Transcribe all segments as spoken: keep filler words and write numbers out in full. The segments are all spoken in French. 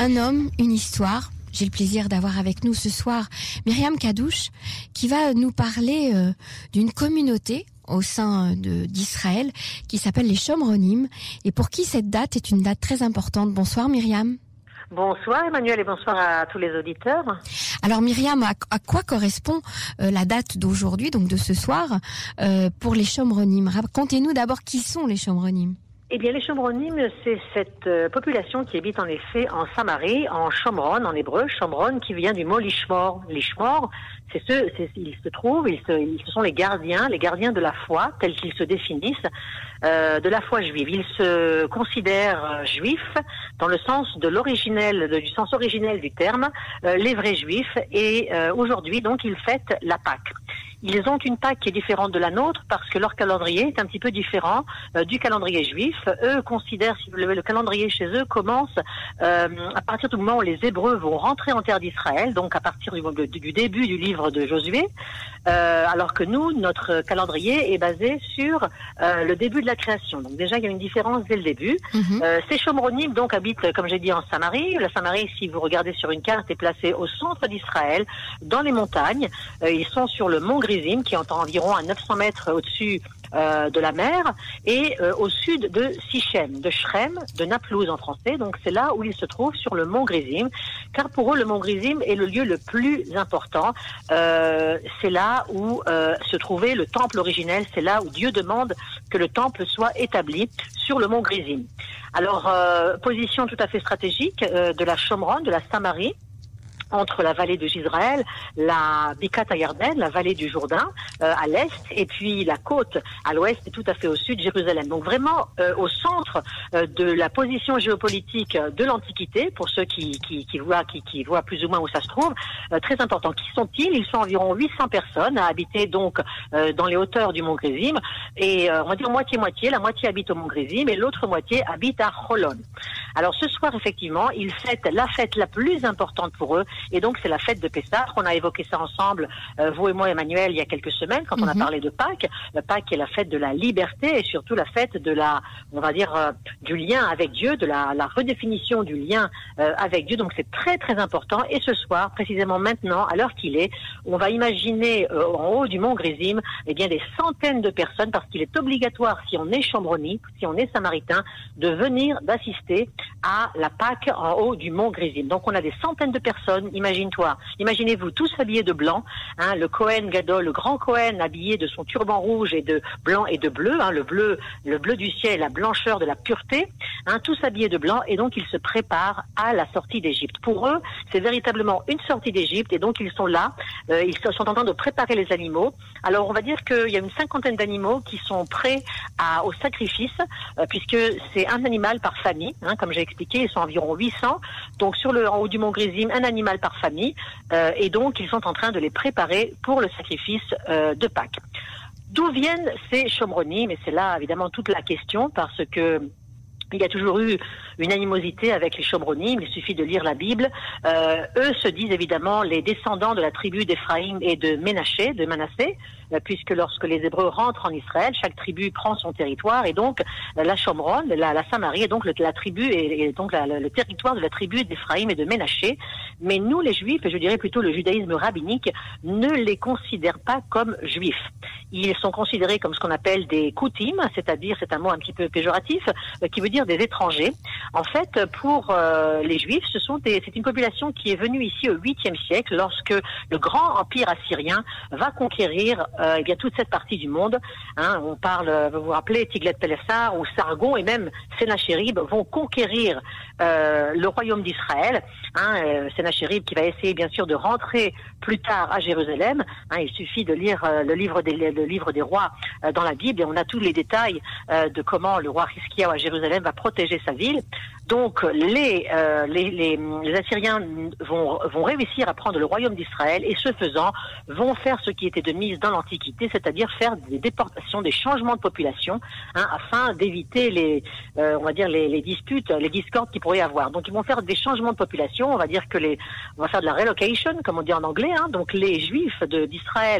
Un homme, une histoire. J'ai le plaisir d'avoir avec nous ce soir Myriam Kadouche qui va nous parler euh, d'une communauté au sein de, d'Israël qui s'appelle les Shomronim et pour qui cette date est une date très importante. Bonsoir Myriam. Bonsoir Emmanuel et bonsoir à tous les auditeurs. Alors Myriam, à, à quoi correspond euh, la date d'aujourd'hui, donc de ce soir, euh, pour les Shomronim? Racontez-nous d'abord qui sont les Shomronim. Eh bien, les Shomronim, c'est cette euh, population qui habite en effet en Samarie, en Shomron, en hébreu, Shomron, qui vient du mot Lishmor. Lishmor, c'est ce, c'est, ils se trouvent, ils, se, ils ce sont les gardiens, les gardiens de la foi, tels qu'ils se définissent, euh, de la foi juive. Ils se considèrent euh, juifs dans le sens de l'originel, de, du sens originel du terme, euh, les vrais juifs. Et euh, aujourd'hui, donc, ils fêtent la Pâque. Ils ont une Pâque qui est différente de la nôtre parce que leur calendrier est un petit peu différent euh, du calendrier juif. Eux considèrent que le, le calendrier chez eux commence euh, à partir du moment où les Hébreux vont rentrer en terre d'Israël, donc à partir du, du, du début du livre de Josué, euh, alors que nous, notre calendrier est basé sur euh, le début de la création. Donc déjà, il y a une différence dès le début. Mm-hmm. Euh, ces Shomronim donc habitent, comme j'ai dit, en Samarie. La Samarie, si vous regardez sur une carte, est placée au centre d'Israël, dans les montagnes. Euh, ils sont sur le mont Gris, qui est environ à neuf cents mètres au-dessus euh, de la mer et euh, au sud de Sichem, de Shrem, de Naplouse en français. Donc c'est là où ils se trouvent sur le mont Grizim, car pour eux le mont Grizim est le lieu le plus important. Euh, c'est là où euh, se trouvait le temple originel, c'est là où Dieu demande que le temple soit établi sur le mont Grizim. Alors euh, position tout à fait stratégique euh, de la Shomron, de la Samarie, entre la vallée de Jisraël, la Bikat Yarden, la vallée du Jourdain, euh, à l'est, et puis la côte à l'ouest et tout à fait au sud, Jérusalem. Donc vraiment euh, au centre euh, de la position géopolitique de l'Antiquité, pour ceux qui, qui, qui, voient, qui, qui voient plus ou moins où ça se trouve, euh, très important. Qui sont-ils? Ils sont environ huit cents personnes à habiter donc euh, dans les hauteurs du mont Grizim, et euh, on va dire moitié-moitié, la moitié habite au mont Grizim et l'autre moitié habite à Holon. Alors ce soir, effectivement, ils fêtent la fête la plus importante pour eux, et donc c'est la fête de Pessah. On a évoqué ça ensemble, euh, vous et moi, Emmanuel, il y a quelques semaines, quand mm-hmm. on a parlé de Pâques. La Pâques est la fête de la liberté et surtout la fête de la, on va dire, euh, du lien avec Dieu, de la, la redéfinition du lien euh, avec Dieu. Donc c'est très très important. Et ce soir, précisément maintenant, à l'heure qu'il est, on va imaginer euh, en haut du mont Grizim, eh bien des centaines de personnes, parce qu'il est obligatoire, si on est Shomroni, si on est Samaritain, de venir d'assister à la Pâques en haut du mont Grizim. Donc on a des centaines de personnes. Imagine-toi, imaginez-vous tous habillés de blanc, hein, le Kohen Gadol, le grand Kohen habillé de son turban rouge et de blanc et de bleu, hein, le bleu, le bleu du ciel, la blancheur de la pureté, hein, tous habillés de blanc, et donc ils se préparent à la sortie d'Égypte. Pour eux, c'est véritablement une sortie d'Égypte, et donc ils sont là, euh, ils sont en train de préparer les animaux. Alors on va dire qu'il y a une cinquantaine d'animaux qui sont prêts à, au sacrifice, euh, puisque c'est un animal par famille, hein, comme j'ai expliqué, ils sont environ huit cents, donc sur le en haut du mont Grizim, un animal par famille, euh, et donc ils sont en train de les préparer pour le sacrifice euh, de Pâques. D'où viennent ces Shomronim? Mais c'est là évidemment toute la question, parce que il y a toujours eu une animosité avec les Shomronim, il suffit de lire la Bible. Euh, eux se disent évidemment les descendants de la tribu d'Éphraïm et de Ménaché, de Manassé, euh, puisque lorsque les Hébreux rentrent en Israël, chaque tribu prend son territoire, et donc euh, la Shomron, la, la Samarie, est donc le, la tribu et, et donc la, le, le territoire de la tribu d'Éphraïm et de Ménaché. Mais nous, les Juifs, et je dirais plutôt le judaïsme rabbinique, ne les considère pas comme Juifs. Ils sont considérés comme ce qu'on appelle des Koutim, c'est-à-dire, c'est un mot un petit peu péjoratif, euh, qui veut dire des étrangers. En fait, pour euh, les Juifs, ce sont des, c'est une population qui est venue ici au huitième siècle, lorsque le grand empire assyrien va conquérir euh, eh bien toute cette partie du monde. Hein, on parle, vous vous rappelez, Tiglath-Pileser ou Sargon et même Sennachérib vont conquérir euh, le royaume d'Israël. Hein, euh, Sennachérib qui va essayer bien sûr de rentrer plus tard à Jérusalem. Hein, il suffit de lire euh, le livre des le livre des rois euh, dans la Bible, et on a tous les détails euh, de comment le roi Hiskiyahu à Jérusalem va protéger sa ville. Donc les, euh, les, les, les Assyriens vont, vont réussir à prendre le royaume d'Israël, et ce faisant vont faire ce qui était de mise dans l'Antiquité, c'est-à-dire faire des déportations, des changements de population, hein, afin d'éviter les, euh, on va dire les, les disputes, les discordes qu'il pourrait y avoir. Donc ils vont faire des changements de population. On va dire que les, on va faire de la relocation, comme on dit en anglais. Hein, donc les Juifs de, d'Israël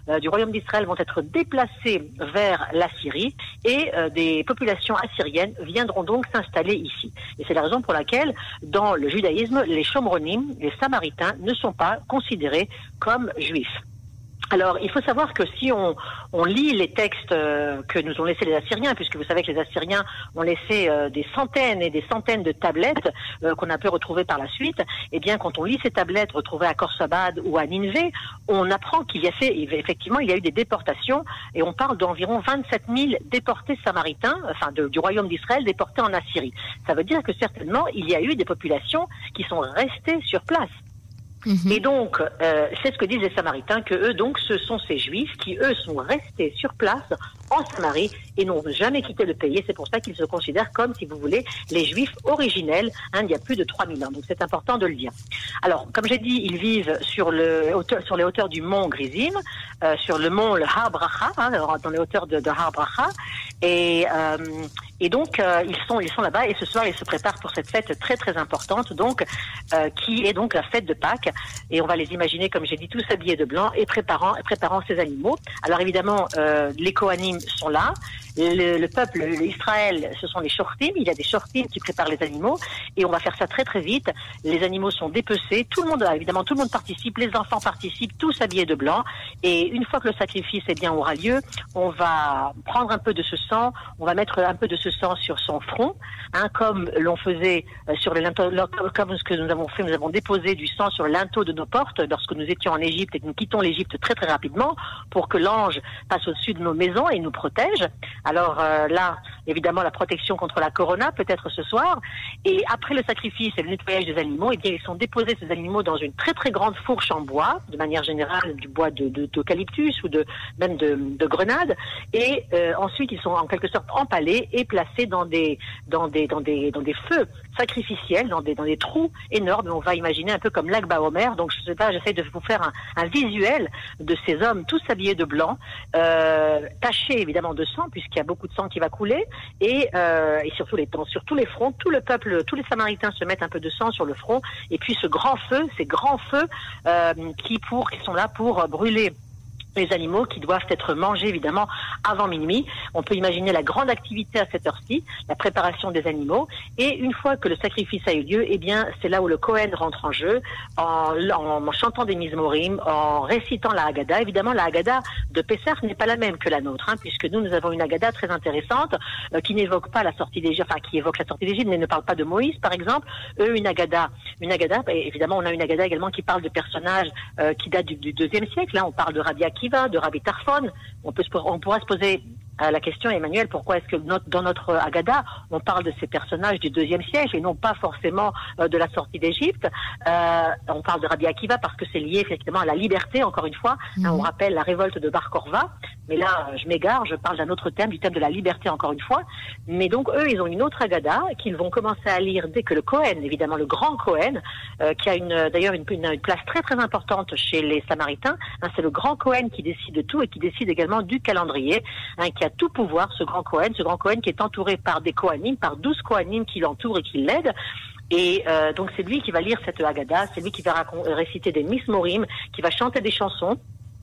euh, du royaume d'Israël vont être déplacés vers la Syrie et euh, des populations assyriennes viendront donc s'installer ici. Et c'est la raison pour laquelle, dans le judaïsme, les Shomronim, les Samaritains, ne sont pas considérés comme juifs. Alors, il faut savoir que si on, on lit les textes euh, que nous ont laissés les Assyriens, puisque vous savez que les Assyriens ont laissé euh, des centaines et des centaines de tablettes euh, qu'on a pu retrouver par la suite, eh bien, quand on lit ces tablettes retrouvées à Khorsabad ou à Nineveh, on apprend qu'il y a fait, effectivement, il y a eu des déportations, et on parle d'environ vingt-sept mille déportés samaritains, enfin, de, du royaume d'Israël déportés en Assyrie. Ça veut dire que certainement, il y a eu des populations qui sont restées sur place. Mmh. Et donc, euh, c'est ce que disent les Samaritains, que eux, donc, ce sont ces Juifs qui, eux, sont restés sur place en Samarie et n'ont jamais quitté le pays. Et c'est pour ça qu'ils se considèrent comme, si vous voulez, les Juifs originels, hein, il y a plus de trois mille ans. Donc, c'est important de le dire. Alors, comme j'ai dit, ils vivent sur, le, hauteur, sur les hauteurs du mont Grizim, euh, sur le mont le Har Bracha, hein, dans les hauteurs de, de Har Bracha. Et, euh, et donc, euh, ils sont, ils sont là-bas et ce soir, ils se préparent pour cette fête très, très importante, donc, euh, qui est donc la fête de Pâques. Et on va les imaginer, comme j'ai dit, tous habillés de blanc et préparant, préparant ces animaux. Alors évidemment, euh, les Kohanim sont là. Le, le peuple, l'Israël, ce sont les shortim. Il y a des shortim qui préparent les animaux. Et on va faire ça très très vite. Les animaux sont dépecés. Tout le monde, évidemment, tout le monde participe. Les enfants participent, tous habillés de blanc. Et une fois que le sacrifice eh bien, aura lieu, on va prendre un peu de ce sang. On va mettre un peu de ce sang sur son front, hein, comme l'on faisait sur les linteaux, comme ce que nous avons fait. Nous avons déposé du sang sur le linteau de nos portes lorsque nous étions en Égypte et que nous quittons l'Égypte très très rapidement pour que l'ange passe au-dessus de nos maisons et nous protège. Alors euh, là, évidemment, la protection contre la corona, peut-être ce soir. Et après le sacrifice et le nettoyage des animaux, eh bien, ils sont déposés, ces animaux, dans une très très grande fourche en bois, de manière générale du bois de, de, d'eucalyptus ou de, même de, de grenade. Et euh, ensuite, ils sont en quelque sorte empalés et placés dans des, dans des, dans des, dans des feux sacrificiels, dans des, dans des trous énormes. On va imaginer un peu comme l'Akba Omer. Donc, je sais pas, j'essaie de vous faire un, un visuel de ces hommes tous habillés de blanc, euh, tachés évidemment de sang, puisqu'il y a beaucoup de sang qui va couler, et, euh, et surtout les, sur tous les fronts, tout le peuple, tous les Samaritains se mettent un peu de sang sur le front, et puis ce grand feu, ces grands feux euh, qui, pour, qui sont là pour brûler les animaux qui doivent être mangés évidemment avant minuit. On peut imaginer la grande activité à cette heure-ci, la préparation des animaux. Et une fois que le sacrifice a eu lieu, eh bien c'est là où le Kohen rentre en jeu, en, en chantant des Mizmorim, en récitant la Haggadah. Évidemment, la Haggadah de Pessah n'est pas la même que la nôtre, hein, puisque nous, nous avons une Haggadah très intéressante euh, qui n'évoque pas la sortie d'Égypte, enfin qui évoque la sortie d'Égypte, mais ne parle pas de Moïse, par exemple. Eux, une Haggadah, une Haggadah. Et évidemment, on a une Haggadah également qui parle de personnages euh, qui datent du, du deuxième siècle. Là, on parle de Rabbi Akiva, de Rabbi Tarfon. On peut, on pourra se poser à la question, Emmanuel, pourquoi est-ce que notre, dans notre Haggadah, on parle de ces personnages du deuxième siècle et non pas forcément euh, de la sortie d'Égypte. Euh, on parle de Rabbi Akiva parce que c'est lié effectivement à la liberté, encore une fois. Mmh. Hein, on rappelle la révolte de Bar Korva. Mais là, je m'égare, je parle d'un autre thème, du thème de la liberté, encore une fois. Mais donc, eux, ils ont une autre Haggadah qu'ils vont commencer à lire dès que le Kohen, évidemment le grand Kohen, euh, qui a une, d'ailleurs une, une, une place très très importante chez les Samaritains. Hein, c'est le grand Kohen qui décide de tout et qui décide également du calendrier, hein, qui a tout pouvoir, ce grand Kohen, ce grand Kohen qui est entouré par des Kohanim, par douze Kohanim qui l'entourent et qui l'aident. Et euh, donc c'est lui qui va lire cette Haggadah, c'est lui qui va racon- réciter des Mizmorim, qui va chanter des chansons.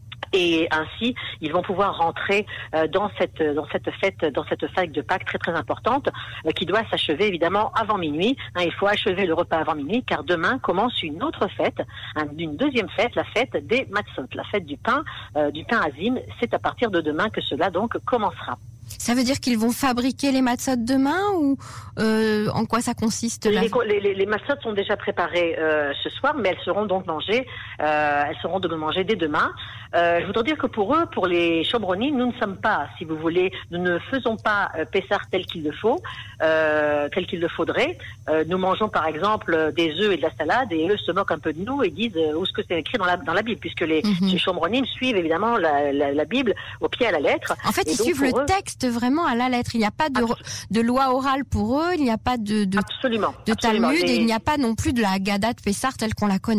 Et ainsi, ils vont pouvoir rentrer euh, dans cette dans cette fête, dans cette fête de Pâques très très importante, euh, qui doit s'achever évidemment avant minuit. Hein, il faut achever le repas avant minuit, car demain commence une autre fête, hein, une deuxième fête, la fête des matzot, la fête du pain, euh, du pain azim. C'est à partir de demain que cela donc commencera. Ça veut dire qu'ils vont fabriquer les matzot demain ou euh, en quoi ça consiste là? Les, les, les matzot sont déjà préparées euh, ce soir, mais elles seront donc mangées, euh, elles seront donc mangées dès demain. Euh, je voudrais dire que pour eux, pour les Shomronim, nous ne sommes pas, si vous voulez, nous ne faisons pas euh, Pessah tel qu'il le faut, euh, tel qu'il le faudrait. Euh, nous mangeons par exemple des œufs et de la salade, et eux se moquent un peu de nous et disent euh, où est-ce que c'est écrit dans la dans la Bible, puisque les, mm-hmm. les Shomronim suivent évidemment la, la, la Bible au pied à la lettre. En fait, et ils donc, suivent le eux, texte vraiment à la lettre. Il n'y a pas de, de loi orale pour eux, il n'y a pas de, de, absolument, de absolument. Talmud, Les... et il n'y a pas non plus de la Haggadah de Pessah telle qu'on la connaît.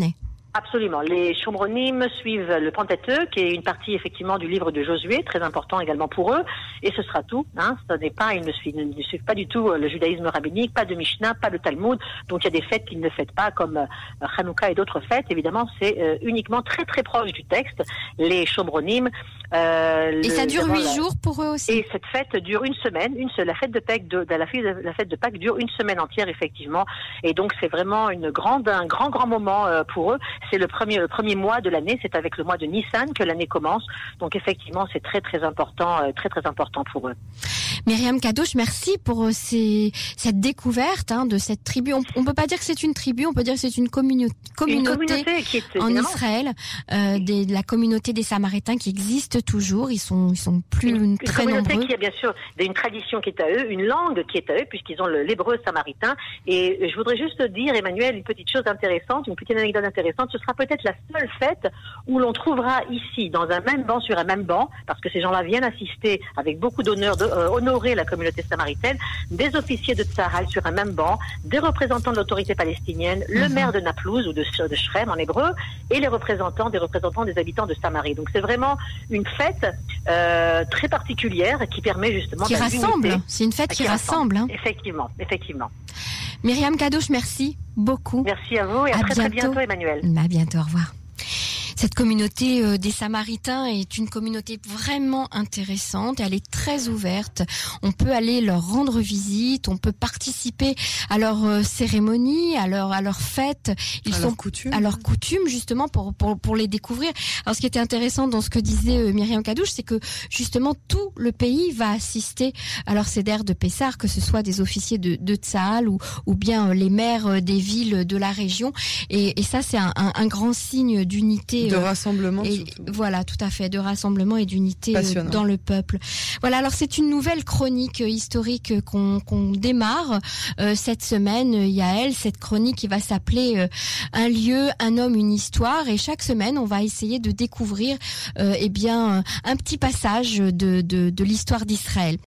Absolument. Les Shomronim suivent le Pentateuque, qui est une partie effectivement du livre de Josué, très important également pour eux, et ce sera tout. Hein. Ce n'est pas, ils ne suivent, ils ne suivent pas du tout le judaïsme rabbinique, pas de Mishnah, pas de Talmud. Donc il y a des fêtes qu'ils ne fêtent pas, comme euh, Hanouka et d'autres fêtes. Évidemment, c'est euh, uniquement très très proche du texte. Les Shomronim. Euh, et le, ça dure huit la... jours pour eux aussi. Et cette fête dure une semaine. Une seule. La fête de Pâques, de, de la, fête de, la fête de Pâques dure une semaine entière effectivement. Et donc c'est vraiment une grande, un grand grand moment euh, pour eux. C'est le premier, le premier mois de l'année, c'est avec le mois de Nissan que l'année commence. Donc effectivement, c'est très très important, euh, très très important pour eux. Myriam Kadosh, merci pour euh, ces, cette découverte hein, de cette tribu. On, on peut pas dire que c'est une tribu, on peut dire que c'est une, communi- communauté, une communauté qui est, en Israël, euh, des, la communauté des Samaritains qui existe toujours. Ils sont, ils sont plus une, une très communauté nombreux. Qui a bien sûr une tradition qui est à eux, une langue qui est à eux, puisqu'ils ont le, l'hébreu samaritain. Et je voudrais juste dire, Emmanuel, une petite chose intéressante, une petite anecdote intéressante. Ce sera peut-être la seule fête où l'on trouvera ici, dans un même banc, sur un même banc, parce que ces gens-là viennent assister avec beaucoup d'honneur, de, euh, honorer la communauté samaritaine, des officiers de Tzahal sur un même banc, des représentants de l'autorité palestinienne, mm-hmm. le maire de Naplouse ou de, de Shrem en hébreu, et les représentants des représentants des habitants de Samarie. Donc c'est vraiment une fête euh, très particulière qui permet justement qui rassemble. C'est une fête qui, qui rassemble. Hein. Effectivement, effectivement. Myriam Kadosh, merci beaucoup. Merci à vous et à, à très bientôt. très bientôt, Emmanuel. À bientôt, au revoir. Cette communauté euh, des Samaritains est une communauté vraiment intéressante. Elle est très ouverte. On peut aller leur rendre visite. On peut participer à leurs euh, cérémonies, à leurs à leurs fêtes. Ils à sont coutumes. à leurs coutumes justement pour pour pour les découvrir. Alors ce qui était intéressant dans ce que disait euh, Myriam Kadouche, c'est que justement tout le pays va assister à leur seder de Pessah, que ce soit des officiers de de Tzahal ou ou bien euh, les maires euh, des villes de la région. Et, et ça c'est un, un, un grand signe d'unité. De rassemblement et surtout. Voilà, tout à fait, de rassemblement et d'unité euh, dans le peuple. Voilà, alors c'est une nouvelle chronique euh, historique euh, qu'on, qu'on démarre euh, cette semaine, euh, Yael. Cette chronique qui va s'appeler euh, Un lieu, un homme, une histoire. Et chaque semaine, on va essayer de découvrir euh, eh bien, un petit passage de, de, de l'histoire d'Israël.